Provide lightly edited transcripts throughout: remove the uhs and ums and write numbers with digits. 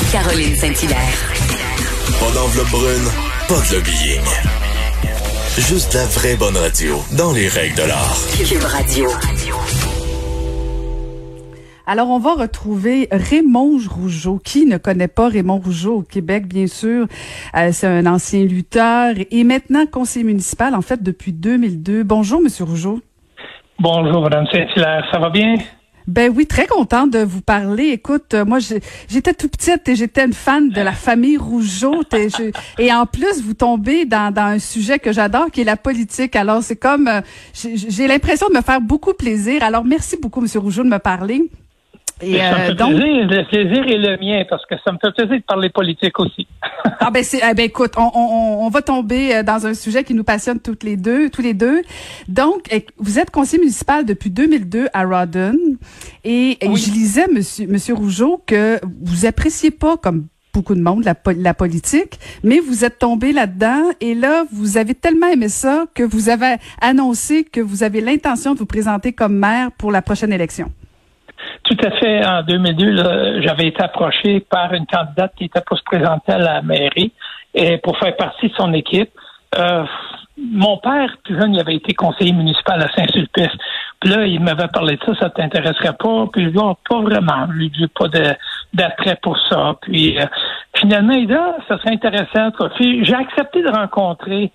Caroline Saint-Hilaire. Pas d'enveloppe brune, pas de lobbying. Juste la vraie bonne radio, dans les règles de l'art. Cube Radio. Alors, on va retrouver Raymond Rougeau. Qui ne connaît pas Raymond Rougeau au Québec, bien sûr? C'est un ancien lutteur et maintenant conseiller municipal, en fait, depuis 2002. Bonjour, Monsieur Rougeau. Bonjour, Mme Saint-Hilaire. Ça va bien? Ben oui, très contente de vous parler. Écoute, moi, j'étais tout petite et j'étais une fan de la famille Rougeau. Et en plus, vous tombez dans un sujet que j'adore, qui est la politique. Alors, c'est comme, j'ai l'impression de me faire beaucoup plaisir. Alors, merci beaucoup, Monsieur Rougeau, de me parler. Et ça me fait plaisir. Le plaisir est le mien parce que ça me fait plaisir de parler politique aussi. Écoute, on va tomber dans un sujet qui nous passionne tous les deux. Donc, vous êtes conseiller municipal depuis 2002 à Rawdon et oui. Je lisais, Monsieur Rougeau, que vous appréciez pas, comme beaucoup de monde, la politique, mais vous êtes tombé là-dedans et là, vous avez tellement aimé ça que vous avez annoncé que vous avez l'intention de vous présenter comme maire pour la prochaine élection. Tout à fait. En 2002, là, j'avais été approché par une candidate qui était pour se présenter à la mairie et pour faire partie de son équipe. Mon père, plus jeune, il avait été conseiller municipal à Saint-Sulpice. Puis là, il m'avait parlé de ça, ça t'intéresserait pas? Puis je dis, pas vraiment. Je lui dis pas d'attrait pour ça. Puis finalement, il dit, ça serait intéressant. Puis j'ai accepté de rencontrer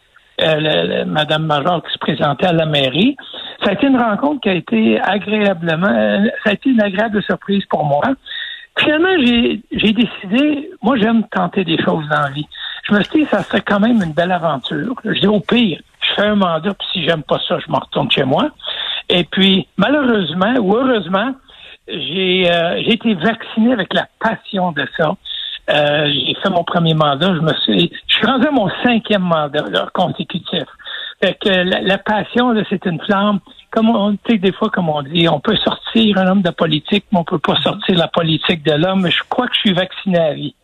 Madame Major qui se présentait à la mairie. Ça a été une rencontre qui a été ça a été une agréable surprise pour moi. Finalement, j'ai décidé, moi j'aime tenter des choses dans la vie. Je me suis dit, ça serait quand même une belle aventure. Je dis, au pire, je fais un mandat, puis si j'aime pas ça, je m'en retourne chez moi. Et puis, malheureusement ou heureusement, j'ai été vacciné avec la passion de ça. J'ai fait mon premier mandat, je suis rendu à mon 5e mandat là, consécutif. Fait que la passion, là, c'est une flamme. Des fois, comme on dit, on peut sortir un homme de politique, mais on peut pas sortir la politique de l'homme. Je crois que je suis vacciné à vie.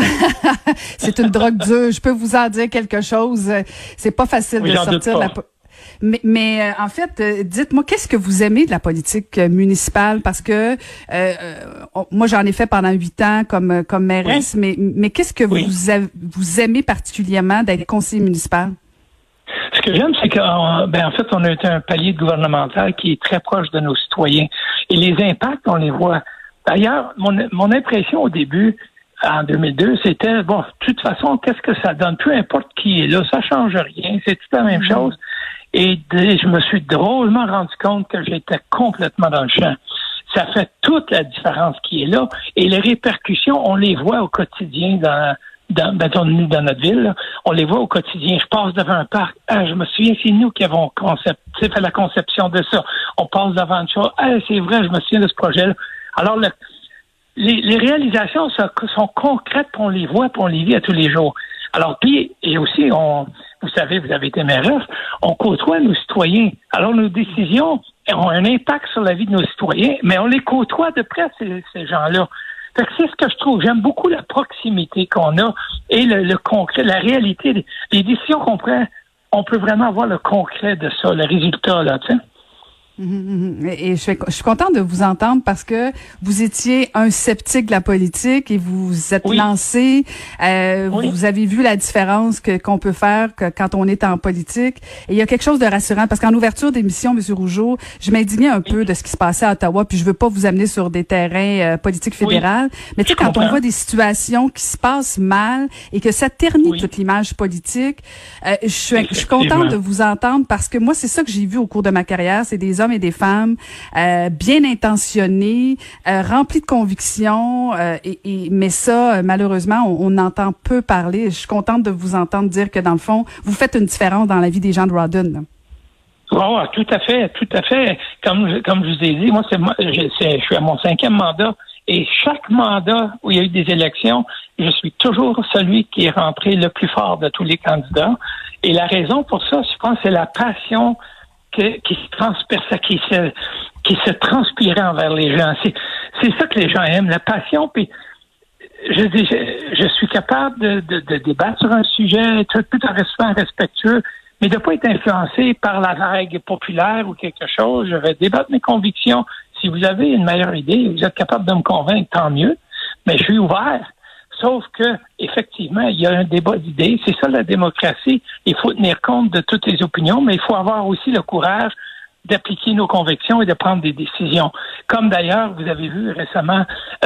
C'est une drogue dure. Je peux vous en dire quelque chose. C'est pas facile de sortir la Mais en fait, dites-moi, qu'est-ce que vous aimez de la politique municipale? Parce que moi, j'en ai fait pendant 8 ans comme mairesse, oui. mais qu'est-ce que vous aimez particulièrement d'être conseiller municipal? Ce que j'aime, c'est qu'en fait, on a été un palier gouvernemental qui est très proche de nos citoyens. Et les impacts, on les voit. D'ailleurs, mon impression au début, en 2002, c'était, de toute façon, qu'est-ce que ça donne? Peu importe qui est là, ça change rien, c'est tout la même chose. Et je me suis drôlement rendu compte que j'étais complètement dans le champ. Ça fait toute la différence qui est là. Et les répercussions, on les voit au quotidien dans notre ville. Là. On les voit au quotidien. Je passe devant un parc. Je me souviens, c'est nous qui avons fait la conception de ça. On passe devant une chose. C'est vrai, je me souviens de ce projet-là. Alors, les réalisations sont concrètes, puis on les voit, puis on les vit à tous les jours. Alors, puis, et aussi, vous savez, vous avez été mairesse, on côtoie nos citoyens. Alors, nos décisions ont un impact sur la vie de nos citoyens, mais on les côtoie de près, ces gens-là. Fait que c'est ce que je trouve. J'aime beaucoup la proximité qu'on a et le concret, la réalité. Les décisions qu'on prend, on peut vraiment voir le concret de ça, le résultat, là, tu sais. Et je suis contente de vous entendre parce que vous étiez un sceptique de la politique et vous êtes lancé. Vous avez vu la différence qu'on peut faire quand on est en politique. Et il y a quelque chose de rassurant parce qu'en ouverture d'émission, M. Rougeau, je m'indignais un peu de ce qui se passait à Ottawa. Puis je veux pas vous amener sur des terrains politiques fédérales. Mais tu sais, quand on voit des situations qui se passent mal et que ça ternit toute l'image politique, je suis contente de vous entendre parce que moi, c'est ça que j'ai vu au cours de ma carrière. C'est des hommes et des femmes bien intentionnés, remplis de convictions, mais ça, malheureusement, on entend peu parler. Je suis contente de vous entendre dire que, dans le fond, vous faites une différence dans la vie des gens de Rawdon. Oh, tout à fait. Comme je vous ai dit, moi, je suis à mon 5e mandat. Et chaque mandat où il y a eu des élections, je suis toujours celui qui est rentré le plus fort de tous les candidats. Et la raison pour ça, je pense, c'est la passion qui se transpirait envers les gens. C'est ça que les gens aiment, la passion. Puis je suis capable de débattre sur un sujet tout en restant respectueux, mais de pas être influencé par la vague populaire ou quelque chose. Je vais débattre mes convictions. Si vous avez une meilleure idée, vous êtes capable de me convaincre, tant mieux. Mais je suis ouvert. Sauf que, effectivement, il y a un débat d'idées. C'est ça la démocratie. Il faut tenir compte de toutes les opinions, mais il faut avoir aussi le courage d'appliquer nos convictions et de prendre des décisions. Comme d'ailleurs, vous avez vu récemment,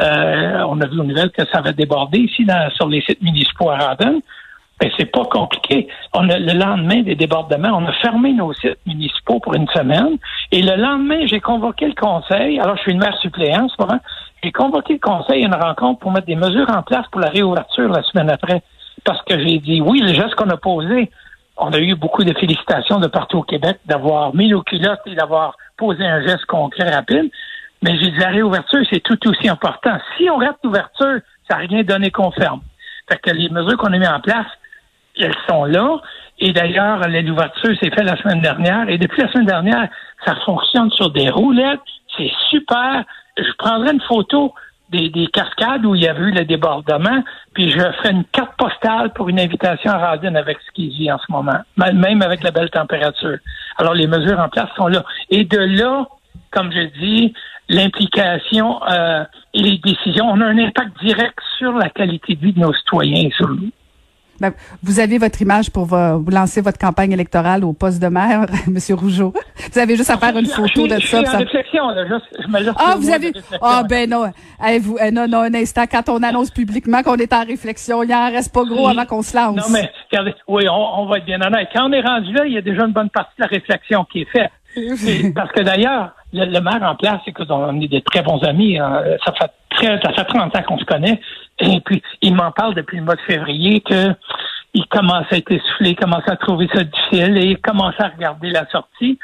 on a vu aux nouvelles que ça avait débordé ici sur les sites municipaux à Rawdon. Ben, c'est pas compliqué. Le lendemain des débordements, on a fermé nos sites municipaux pour une semaine. Et le lendemain, j'ai convoqué le conseil. Alors, je suis une maire suppléante, c'est pas vrai. J'ai convoqué le conseil à une rencontre pour mettre des mesures en place pour la réouverture la semaine après. Parce que j'ai dit, oui, le geste qu'on a posé, on a eu beaucoup de félicitations de partout au Québec d'avoir mis nos culottes et d'avoir posé un geste concret rapide. Mais j'ai dit, la réouverture, c'est tout aussi important. Si on rate l'ouverture, ça n'a rien donné qu'on ferme. Fait que les mesures qu'on a mises en place, elles sont là. Et d'ailleurs, l'ouverture s'est faite la semaine dernière. Et depuis la semaine dernière, ça fonctionne sur des roulettes. C'est super. Je prendrai une photo des cascades où il y avait eu le débordement, puis je ferai une carte postale pour une invitation à Rawdon avec ce qui vit en ce moment, même avec la belle température. Alors, les mesures en place sont là. Et de là, comme je dis, l'implication et les décisions, on a un impact direct sur la qualité de vie de nos citoyens et sur nous. Ben, vous avez votre image pour vous lancer votre campagne électorale au poste de maire, M. Rougeau. Vous avez juste à faire une photo de ça. Je suis en réflexion, là. Je me laisse vous avez... ben non. Non, un instant. Quand on annonce publiquement qu'on est en réflexion, il en reste pas gros avant qu'on se lance. Non, mais, regardez, oui, on va être bien honnête. Quand on est rendu là, il y a déjà une bonne partie de la réflexion qui est faite. Parce que d'ailleurs, le maire en place, écoute, on est des très bons amis. Hein, ça fait 30 ans qu'on se connaît. Et puis, il m'en parle depuis le mois de février que il commence à être essoufflé, il commence à trouver ça difficile et il commence à regarder la sortie.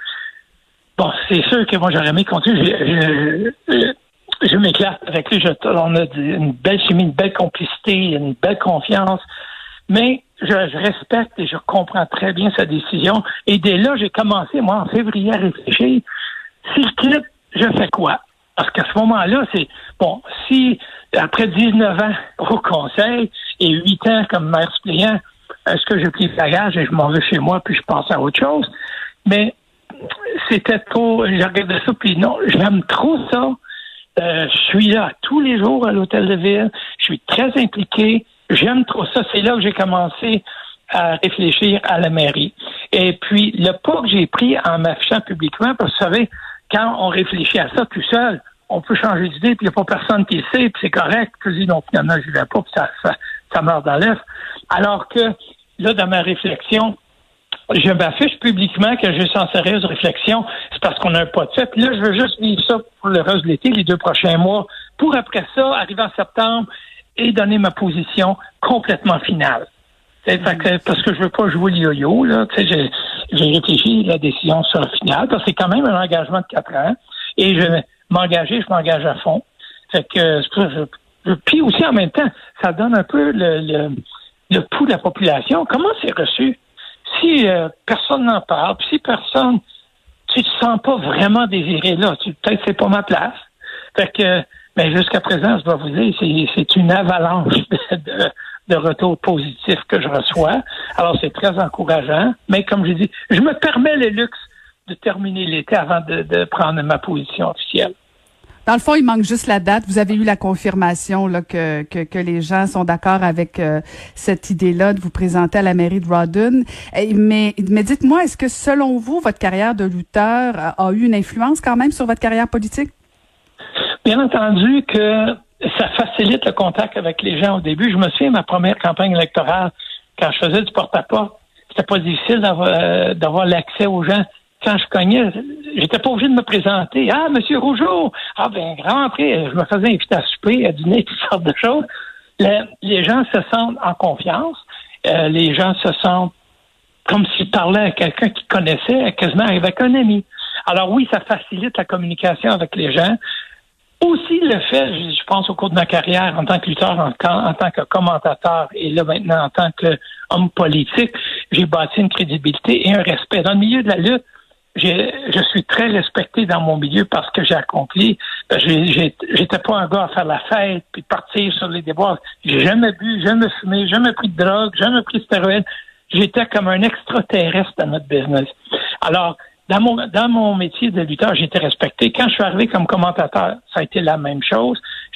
Bon, c'est sûr que moi, j'aurais aimé continuer. Je m'éclate avec lui. On a une belle chimie, une belle complicité, une belle confiance. Mais je respecte et je comprends très bien sa décision. Et dès là, j'ai commencé, moi, en février, à réfléchir. Si je quitte, je fais quoi? Parce qu'à ce moment-là, c'est... Bon, si, après 19 ans au conseil et 8 ans comme maire suppléant, est-ce que je plie le bagage et je m'en vais chez moi puis je passe à autre chose? Mais c'était trop... Je regardais ça, puis non, j'aime trop ça. Je suis là tous les jours à l'hôtel de ville. Je suis très impliqué. J'aime trop ça. C'est là que j'ai commencé à réfléchir à la mairie. Et puis, le pas que j'ai pris en m'affichant publiquement, parce que vous savez, quand on réfléchit à ça tout seul, on peut changer d'idée, puis il n'y a pas personne qui le sait, puis c'est correct. Puis je dis, non, finalement, je ne vais pas, puis ça meurt dans l'œuf. Alors que, là, dans ma réflexion, je m'affiche publiquement que j'ai sans sérieuse réflexion, c'est parce qu'on a un pas de fait. Puis là, je veux juste vivre ça pour le reste de l'été, les 2 prochains mois, pour après ça, arriver en septembre, et donner ma position complètement finale. Parce que je veux pas jouer le yo-yo, là. J'ai réfléchi la décision sur le final, parce que c'est quand même un engagement de 4 ans. Et je m'engage à fond. Fait que puis aussi en même temps, ça donne un peu le pouls de la population. Comment c'est reçu? Si personne n'en parle, puis si personne, tu te sens pas vraiment désiré là, peut-être c'est pas ma place. Fait que mais jusqu'à présent, je dois vous dire, c'est une avalanche de retours positifs que je reçois. Alors, c'est très encourageant. Mais comme je dis, je me permets le luxe de terminer l'été avant de prendre ma position officielle. Dans le fond, il manque juste la date. Vous avez eu la confirmation là, que les gens sont d'accord avec cette idée-là de vous présenter à la mairie de Rawdon. Mais dites-moi, est-ce que selon vous, votre carrière de lutteur a eu une influence quand même sur votre carrière politique? Bien entendu que ça facilite le contact avec les gens au début. Je me souviens de ma première campagne électorale, quand je faisais du porte-à-porte, c'était pas difficile d'avoir l'accès aux gens. Quand je cognais, j'étais pas obligé de me présenter. Ah, Monsieur Rougeau! Ah, ben, rentrez. Je me faisais inviter à souper, à dîner, toutes sortes de choses. Les gens se sentent en confiance. Les gens se sentent comme s'ils parlaient à quelqu'un qu'ils connaissaient, quasiment avec un ami. Alors oui, ça facilite la communication avec les gens. Aussi le fait, je pense au cours de ma carrière en tant que lutteur, en tant que commentateur et là maintenant en tant qu'homme politique, j'ai bâti une crédibilité et un respect. Dans le milieu de la lutte, je suis très respecté dans mon milieu parce que j'ai accompli. J'étais pas un gars à faire la fête puis partir sur les déboires. J'ai jamais bu, jamais fumé, jamais pris de drogue, jamais pris de stéroïdes. J'étais comme un extraterrestre dans notre business. Alors, dans mon métier de lutteur, j'ai été respecté. Quand je suis arrivé comme commentateur, ça a été la même chose.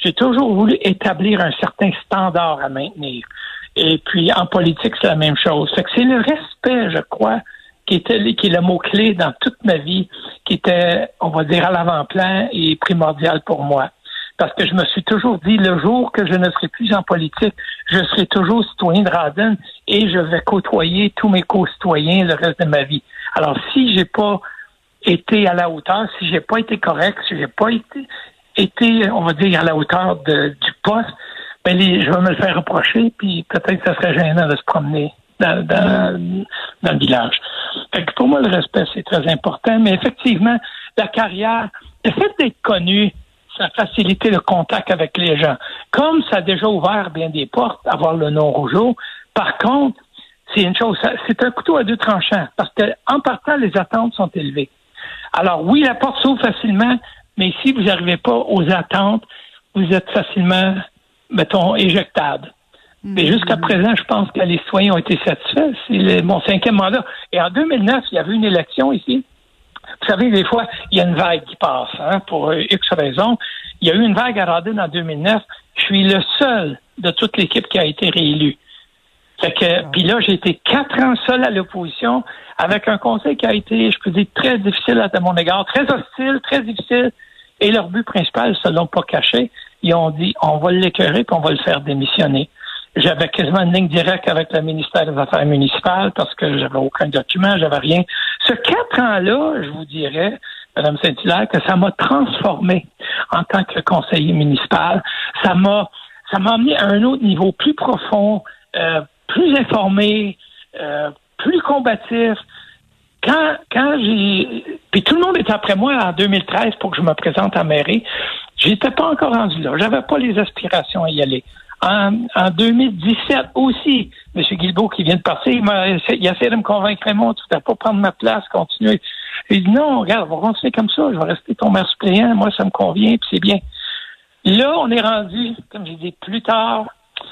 J'ai toujours voulu établir un certain standard à maintenir. Et puis, en politique, c'est la même chose. Fait que c'est le respect, je crois, qui est le mot-clé dans toute ma vie, qui était, on va dire, à l'avant-plan et primordial pour moi. Parce que je me suis toujours dit, le jour que je ne serai plus en politique, je serai toujours citoyen de Rawdon et je vais côtoyer tous mes co-citoyens le reste de ma vie. Alors, si j'ai pas été à la hauteur, si j'ai pas été correct, si j'ai pas été, on va dire, à la hauteur du poste, ben je vais me le faire reprocher, puis peut-être que ça serait gênant de se promener dans le village. Fait que pour moi, le respect, c'est très important, mais effectivement, la carrière, le fait d'être connu, ça a facilité le contact avec les gens. Comme ça a déjà ouvert bien des portes, avoir le nom Rougeau, par contre, c'est une chose, c'est un couteau à deux tranchants, parce que en partant, les attentes sont élevées. Alors oui, la porte s'ouvre facilement, mais si vous n'arrivez pas aux attentes, vous êtes facilement, mettons, éjectable. Mais jusqu'à présent, je pense que les citoyens ont été satisfaits. C'est mon 5e mandat. Et en 2009, il y avait une élection ici. Vous savez, des fois, il y a une vague qui passe, pour X raisons. Il y a eu une vague à Rawdon en 2009. Je suis le seul de toute l'équipe qui a été réélu. Fait que, puis là, j'ai été 4 ans seul à l'opposition, avec un conseil qui a été, je peux dire, très difficile à mon égard, très hostile, très difficile. Et leur but principal, ils se l'ont pas caché. Ils ont dit, on va l'écœurer puis on va le faire démissionner. J'avais quasiment une ligne directe avec le ministère des Affaires municipales parce que j'avais aucun document, j'avais rien. Ce 4 ans-là, je vous dirais, Mme Saint-Hilaire, que ça m'a transformé en tant que conseiller municipal. Ça m'a amené à un autre niveau plus profond, plus informé, plus combatif. Quand j'ai... Puis tout le monde était après moi en 2013 pour que je me présente à mairie. J'étais pas encore rendu là. J'avais pas les aspirations à y aller. En 2017 aussi, M. Guilbeault qui vient de partir, il a essayé de me convaitre, Raymond, tu ne dois pas prendre ma place, continuer. Il dit non, regarde, on va continuer comme ça, je vais rester ton maire suppléant, moi ça me convient, puis c'est bien. Là, on est rendu, comme j'ai dit plus tard,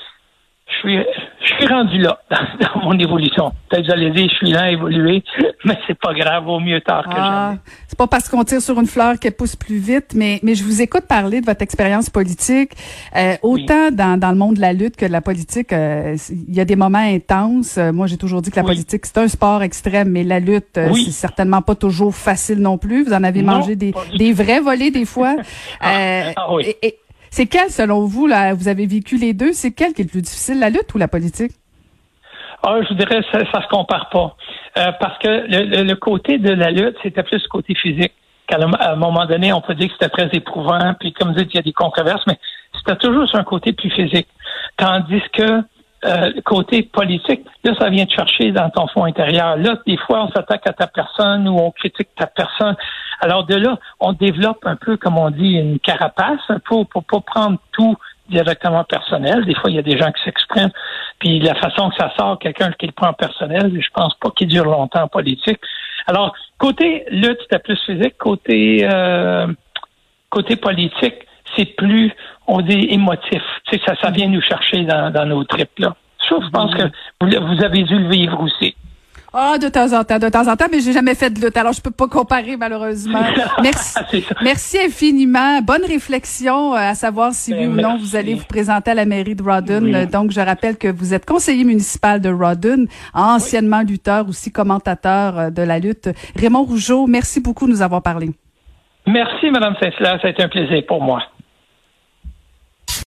je suis rendu là, dans mon évolution. Peut-être que j'allais dire, je suis lent à évoluer, mais c'est pas grave, au mieux tard que jamais. C'est pas parce qu'on tire sur une fleur qu'elle pousse plus vite, mais je vous écoute parler de votre expérience politique, autant oui. dans le monde de la lutte que de la politique. Il y a des moments intenses. Moi, j'ai toujours dit que la politique, c'est un sport extrême, mais la lutte, c'est certainement pas toujours facile non plus. Vous en avez mangé des vrais volets des fois. Oui. C'est quel, selon vous, là, vous avez vécu les deux, c'est quel qui est le plus difficile, la lutte ou la politique? Je vous dirais, ça se compare pas. Parce que le côté de la lutte, c'était plus le côté physique. À un moment donné, on peut dire que c'était très éprouvant, puis comme vous dites, il y a des controverses, mais c'était toujours sur un côté plus physique. Tandis que le côté politique, là, ça vient te chercher dans ton fond intérieur. Là, des fois, on s'attaque à ta personne ou on critique ta personne. Alors de là, on développe un peu, comme on dit, une carapace pour pas prendre tout directement personnel. Des fois, il y a des gens qui s'expriment. Puis la façon que ça sort, quelqu'un qui le prend personnel, je pense pas qu'il dure longtemps en politique. Alors, côté lutte, c'était plus physique. Côté politique, c'est plus, on dit, émotif. Tu sais, ça vient nous chercher dans nos tripes, là. Je pense que vous avez dû le vivre aussi. De temps en temps, mais j'ai jamais fait de lutte, alors je peux pas comparer, malheureusement. Merci infiniment. Bonne réflexion à savoir si oui ou non vous allez vous présenter à la mairie de Rawdon. Oui. Donc, je rappelle que vous êtes conseiller municipal de Rawdon, anciennement lutteur, aussi commentateur de la lutte. Raymond Rougeau, merci beaucoup de nous avoir parlé. Merci, Mme Saint-Hilaire. Ça a été un plaisir pour moi.